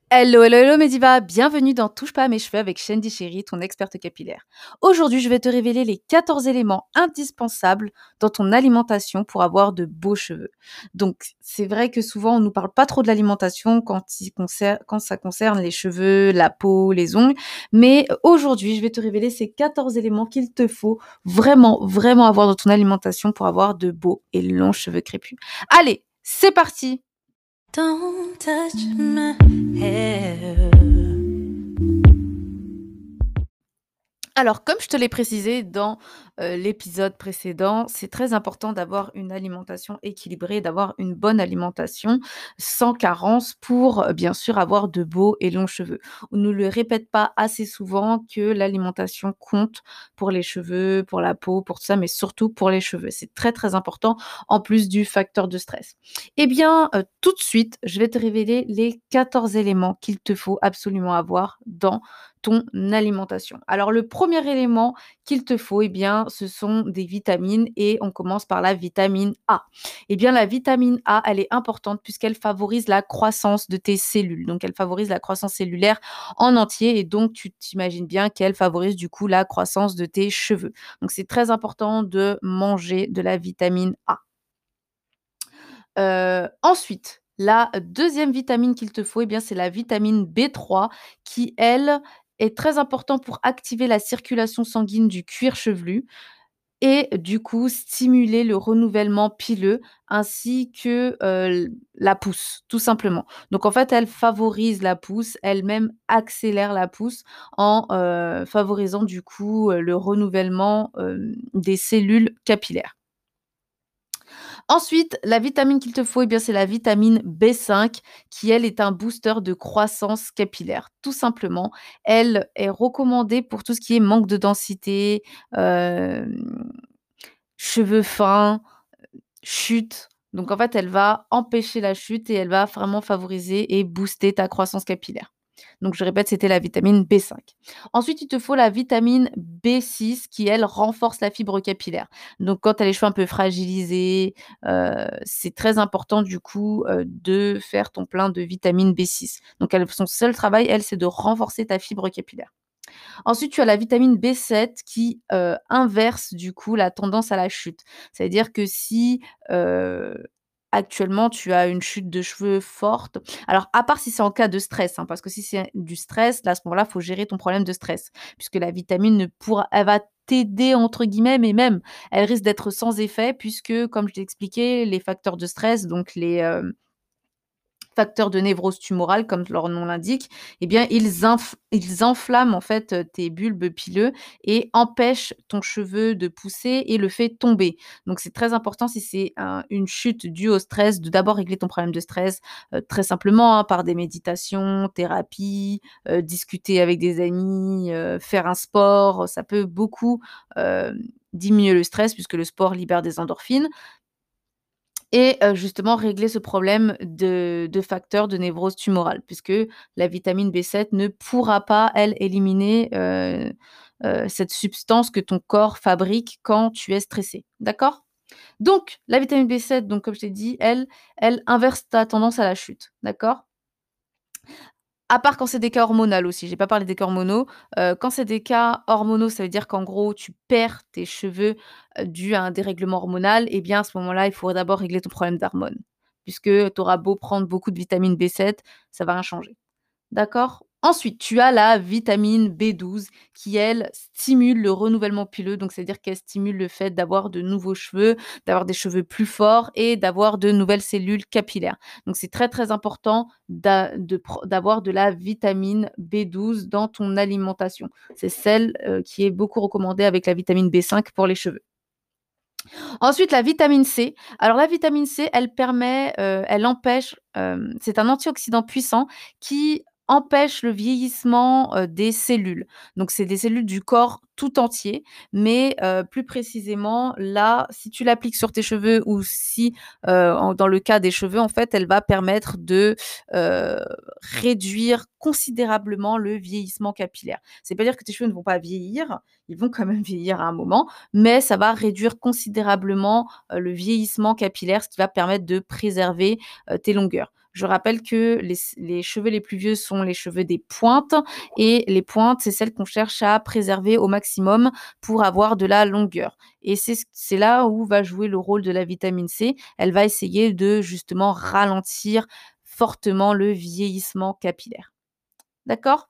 Hello, hello, hello Mediva, bienvenue dans Touche pas à mes cheveux avec Shandy Chéri, ton experte capillaire. Aujourd'hui, je vais te révéler les 14 éléments indispensables dans ton alimentation pour avoir de beaux cheveux. Donc, c'est vrai que souvent, on nous parle pas trop de l'alimentation quand ça concerne les cheveux, la peau, les ongles. Mais aujourd'hui, je vais te révéler ces 14 éléments qu'il te faut vraiment, vraiment avoir dans ton alimentation pour avoir de beaux et longs cheveux crépus. Allez, c'est parti! Don't touch my hair. Alors, comme je te l'ai précisé dans l'épisode précédent, c'est très important d'avoir une alimentation équilibrée, d'avoir une bonne alimentation sans carence pour, bien sûr, avoir de beaux et longs cheveux. On ne le répète pas assez souvent que l'alimentation compte pour les cheveux, pour la peau, pour tout ça, mais surtout pour les cheveux. C'est très, très important en plus du facteur de stress. Eh bien, tout de suite, je vais te révéler les 14 éléments qu'il te faut absolument avoir dans ton alimentation. Alors le premier élément qu'il te faut, eh bien, ce sont des vitamines et on commence par la vitamine A. Eh bien, la vitamine A, elle est importante puisqu'elle favorise la croissance de tes cellules. Donc, elle favorise la croissance cellulaire en entier et donc tu t'imagines bien qu'elle favorise du coup la croissance de tes cheveux. Donc, c'est très important de manger de la vitamine A. Ensuite, la deuxième vitamine qu'il te faut, eh bien, c'est la vitamine B3 qui, elle, est très importante pour activer la circulation sanguine du cuir chevelu et du coup stimuler le renouvellement pileux ainsi que, la pousse, tout simplement. Donc en fait, elle favorise la pousse, elle-même accélère la pousse en, favorisant du coup, le renouvellement, des cellules capillaires. Ensuite, la vitamine qu'il te faut, eh bien, c'est la vitamine B5 qui, elle, est un booster de croissance capillaire, tout simplement. Elle est recommandée pour tout ce qui est manque de densité, hem, cheveux fins, chute. Donc en fait, elle va empêcher la chute et elle va vraiment favoriser et booster ta croissance capillaire. Donc je répète, c'était la vitamine B5. Ensuite, il te faut la vitamine B6 qui, elle, renforce la fibre capillaire. Donc quand tu as les cheveux un peu fragilisés, c'est très important du coup, de faire ton plein de vitamine B6. Donc elle son seul travail, elle, c'est de renforcer ta fibre capillaire. Ensuite, tu as la vitamine B7 qui, inverse du coup la tendance à la chute. C'est-à-dire que si, actuellement tu as une chute de cheveux forte, alors à part si c'est en cas de stress, hein, parce que si c'est du stress, là, à ce moment-là, il faut gérer ton problème de stress. Puisque la vitamine ne pourra elle va «t'aider» entre guillemets, mais même, elle risque d'être sans effet puisque comme je t'ai expliqué, les facteurs de stress, donc facteurs de névrose tumorale, comme leur nom l'indique, eh bien, ils enflamment en fait, tes bulbes pileux et empêchent ton cheveu de pousser et le fait tomber. Donc c'est très important si c'est une chute due au stress, de d'abord régler ton problème de stress, très simplement, hein, par des méditations, thérapie, discuter avec des amis, faire un sport, ça peut beaucoup, diminuer le stress puisque le sport libère des endorphines. Et justement régler ce problème de facteurs de névrose tumorale puisque la vitamine B7 ne pourra pas, elle, éliminer, cette substance que ton corps fabrique quand tu es stressé. D'accord? Donc la vitamine B7, donc comme je t'ai dit, elle inverse ta tendance à la chute. D'accord? À part quand c'est des cas hormonaux aussi, j'ai pas parlé des cas hormonaux. Quand c'est des cas hormonaux, ça veut dire qu'en gros, tu perds tes cheveux, dû à un dérèglement hormonal et bien, à ce moment-là, il faudrait d'abord régler ton problème d'hormones. Puisque tu auras beau prendre beaucoup de vitamine B7, ça va rien changer. D'accord? Ensuite, tu as la vitamine B12 qui, elle, stimule le renouvellement pileux, donc c'est-à-dire qu'elle stimule le fait d'avoir de nouveaux cheveux, d'avoir des cheveux plus forts et d'avoir de nouvelles cellules capillaires. Donc c'est très, très important d'avoir de la vitamine B12 dans ton alimentation. C'est celle, qui est beaucoup recommandée avec la vitamine B5 pour les cheveux. Ensuite, la vitamine C. Alors la vitamine C, elle permet, elle empêche, c'est un antioxydant puissant qui empêche le vieillissement, des cellules. Donc c'est des cellules du corps tout entier, mais plus précisément, là, si tu l'appliques sur tes cheveux ou si, dans le cas des cheveux, en fait, elle va permettre de, heu, réduire considérablement le vieillissement capillaire. C'est pas dire que tes cheveux ne vont pas vieillir, ils vont quand même vieillir à un moment, mais ça va réduire considérablement, le vieillissement capillaire, ce qui va permettre de préserver, tes longueurs. Je rappelle que les cheveux les plus vieux sont les cheveux des pointes et les pointes, c'est celles qu'on cherche à préserver au maximum pour avoir de la longueur et c'est là où va jouer le rôle de la vitamine C. Elle va essayer de justement ralentir fortement le vieillissement capillaire. D'accord?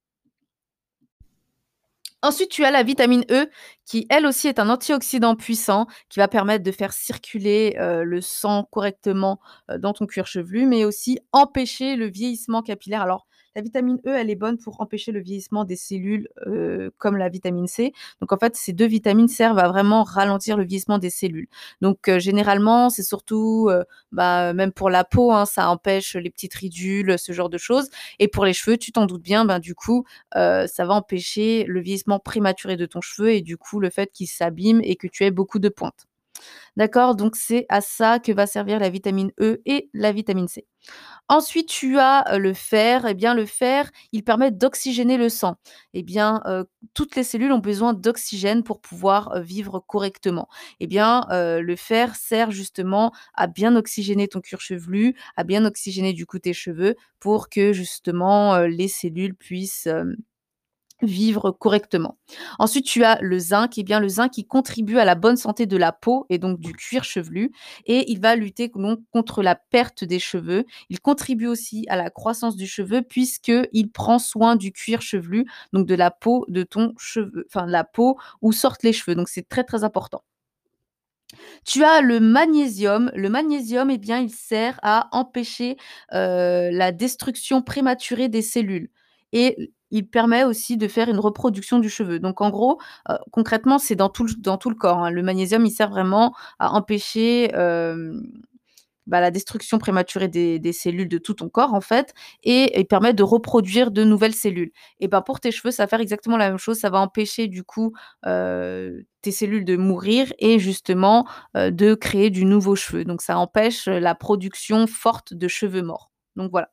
Ensuite, tu as la vitamine E qui, elle aussi, est un antioxydant puissant qui va permettre de faire circuler, le sang correctement, dans ton cuir chevelu, mais aussi empêcher le vieillissement capillaire. Alors, la vitamine E, elle est bonne pour empêcher le vieillissement des cellules, comme la vitamine C. Donc en fait, ces 2 vitamines servent à vraiment ralentir le vieillissement des cellules. Donc généralement, c'est surtout, même pour la peau, hein, ça empêche les petites ridules, ce genre de choses et pour les cheveux, tu t'en doutes bien, du coup, ça va empêcher le vieillissement prématuré de ton cheveu et du coup, le fait qu'il s'abîme et que tu aies beaucoup de pointes. D'accord? Donc c'est à ça que va servir la vitamine E et la vitamine C. Ensuite, tu as, le fer. Eh bien, le fer, il permet d'oxygéner le sang. Eh bien, toutes les cellules ont besoin d'oxygène pour pouvoir, vivre correctement. Eh bien, le fer sert justement à bien oxygéner ton cuir chevelu, à bien oxygéner du coup tes cheveux pour que justement, les cellules puissent, vivre correctement. Ensuite, tu as le zinc. Eh bien, le zinc, il contribue à la bonne santé de la peau et donc du cuir chevelu et il va lutter donc contre la perte des cheveux. Il contribue aussi à la croissance du cheveu puisqu'il prend soin du cuir chevelu, donc de la peau de ton cheveu, enfin la peau où sortent les cheveux. Donc c'est très, très important. Tu as le magnésium. Le magnésium, eh bien, il sert à empêcher, la destruction prématurée des cellules et il permet aussi de faire une reproduction du cheveu. Donc en gros, concrètement, c'est dans tout le corps, hein. Le magnésium, il sert vraiment à empêcher, la destruction prématurée des cellules de tout ton corps, en fait et permet de reproduire de nouvelles cellules et pour tes cheveux, ça va faire exactement la même chose. Ça va empêcher du coup, tes cellules de mourir et justement, de créer du nouveau cheveu. Donc ça empêche, la production forte de cheveux morts. Donc voilà.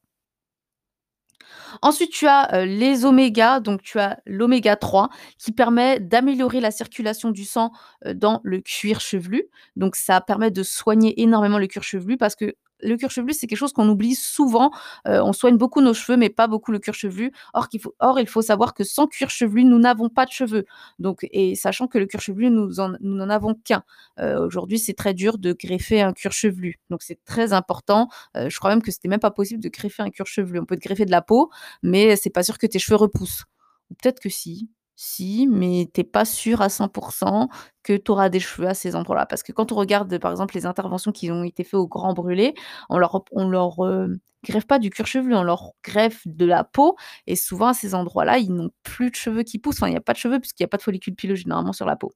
Ensuite, tu as, les omégas, donc tu as l'oméga 3 qui permet d'améliorer la circulation du sang, dans le cuir chevelu. Donc ça permet de soigner énormément le cuir chevelu parce que le cuir chevelu, c'est quelque chose qu'on oublie souvent. On soigne beaucoup nos cheveux, mais pas beaucoup le cuir chevelu. Or, il faut savoir que sans cuir chevelu, nous n'avons pas de cheveux. Donc et sachant que le cuir chevelu, nous n'en avons qu'un. Aujourd'hui, c'est très dur de greffer un cuir chevelu. Donc c'est très important. Je crois même que c'était même pas possible de greffer un cuir chevelu. On peut te greffer de la peau, mais c'est pas sûr que tes cheveux repoussent. Ou peut-être que si, mais tu es pas sûr à 100 que tu auras des cheveux à ces endroits-là. Parce que quand on regarde, par exemple, les interventions qui ont été faites au grand brûlé, on leur greffe pas du cuir chevelu, on leur greffe de la peau et souvent à ces endroits-là, ils n'ont plus de cheveux qui poussent. Enfin, il y a pas de cheveux puisqu'il y a pas de follicule pileux généralement sur la peau.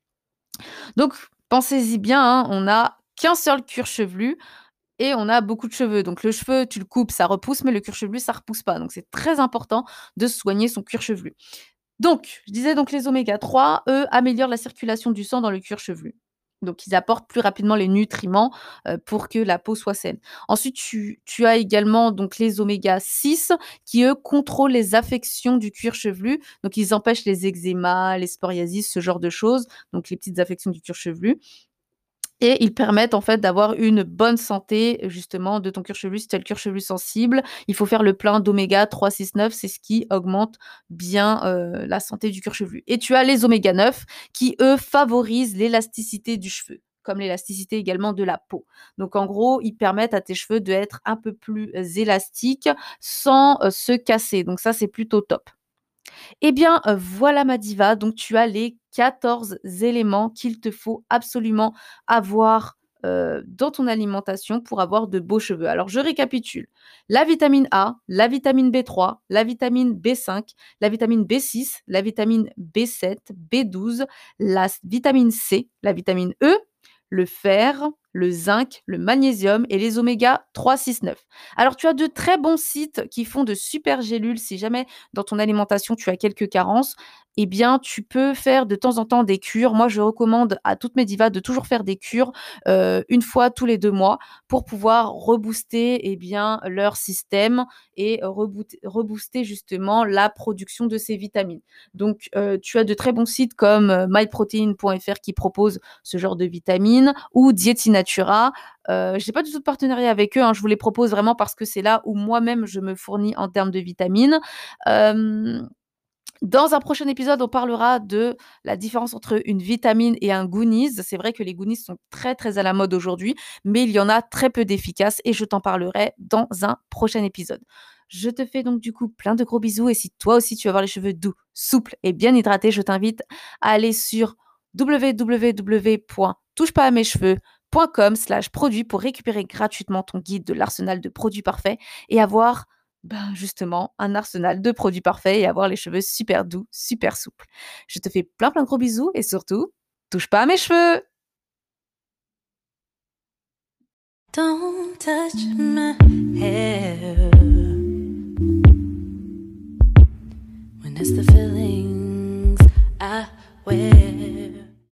Donc pensez-y bien, hein, on n'a qu'un seul cuir chevelu et on a beaucoup de cheveux. Donc le cheveu, tu le coupes, ça repousse, mais le cuir chevelu, ça repousse pas. Donc c'est très important de soigner son cuir chevelu. Donc, je disais donc les oméga 3, eux, améliorent la circulation du sang dans le cuir chevelu. Donc ils apportent plus rapidement les nutriments, pour que la peau soit saine. Ensuite, tu as également donc les oméga 6 qui, eux, contrôlent les affections du cuir chevelu. Donc ils empêchent les eczémas, les psoriasis, ce genre de choses, donc les petites affections du cuir chevelu. Et ils permettent en fait d'avoir une bonne santé justement de ton cuir chevelu. Si tu as le cuir chevelu sensible, il faut faire le plein d'oméga 3, 6, 9, c'est ce qui augmente bien, la santé du cuir chevelu. Et tu as les oméga 9 qui, eux, favorisent l'élasticité du cheveu, comme l'élasticité également de la peau. Donc en gros, ils permettent à tes cheveux d'être un peu plus, élastiques sans, se casser. Donc ça, c'est plutôt top. Eh bien, voilà ma diva, donc tu as les 14 éléments qu'il te faut absolument avoir, dans ton alimentation pour avoir de beaux cheveux. Alors je récapitule: la vitamine A, la vitamine B3, la vitamine B5, la vitamine B6, la vitamine B7, B12, la vitamine C, la vitamine E, le fer, le zinc, le magnésium et les oméga 3, 6, 9. Alors tu as de très bons sites qui font de super gélules si jamais dans ton alimentation, tu as quelques carences, eh bien, tu peux faire de temps en temps des cures. Moi, je recommande à toutes mes divas de toujours faire des cures, 1 fois tous les 2 mois pour pouvoir rebooster, eh bien, leur système et rebooster justement la production de ces vitamines. Donc, tu as de très bons sites comme, myprotein.fr qui propose ce genre de vitamines ou Dietinature Natura. J'ai pas du tout de partenariat avec eux, hein, je vous les propose vraiment parce que c'est là où moi-même je me fournis en termes de vitamines. Dans un prochain épisode, on parlera de la différence entre une vitamine et un Goonies. C'est vrai que les Goonies sont très très à la mode aujourd'hui, mais il y en a très peu d'efficaces et je t'en parlerai dans un prochain épisode. Je te fais donc du coup plein de gros bisous et si toi aussi tu veux avoir les cheveux doux, souples et bien hydratés, je t'invite à aller sur www.touchepasamescheveux.com/produits pour récupérer gratuitement ton guide de l'arsenal de produits parfaits et avoir justement, un arsenal de produits parfaits et avoir les cheveux super doux, super souples. Je te fais plein plein de gros bisous et surtout, touche pas à mes cheveux! Don't touch my hair.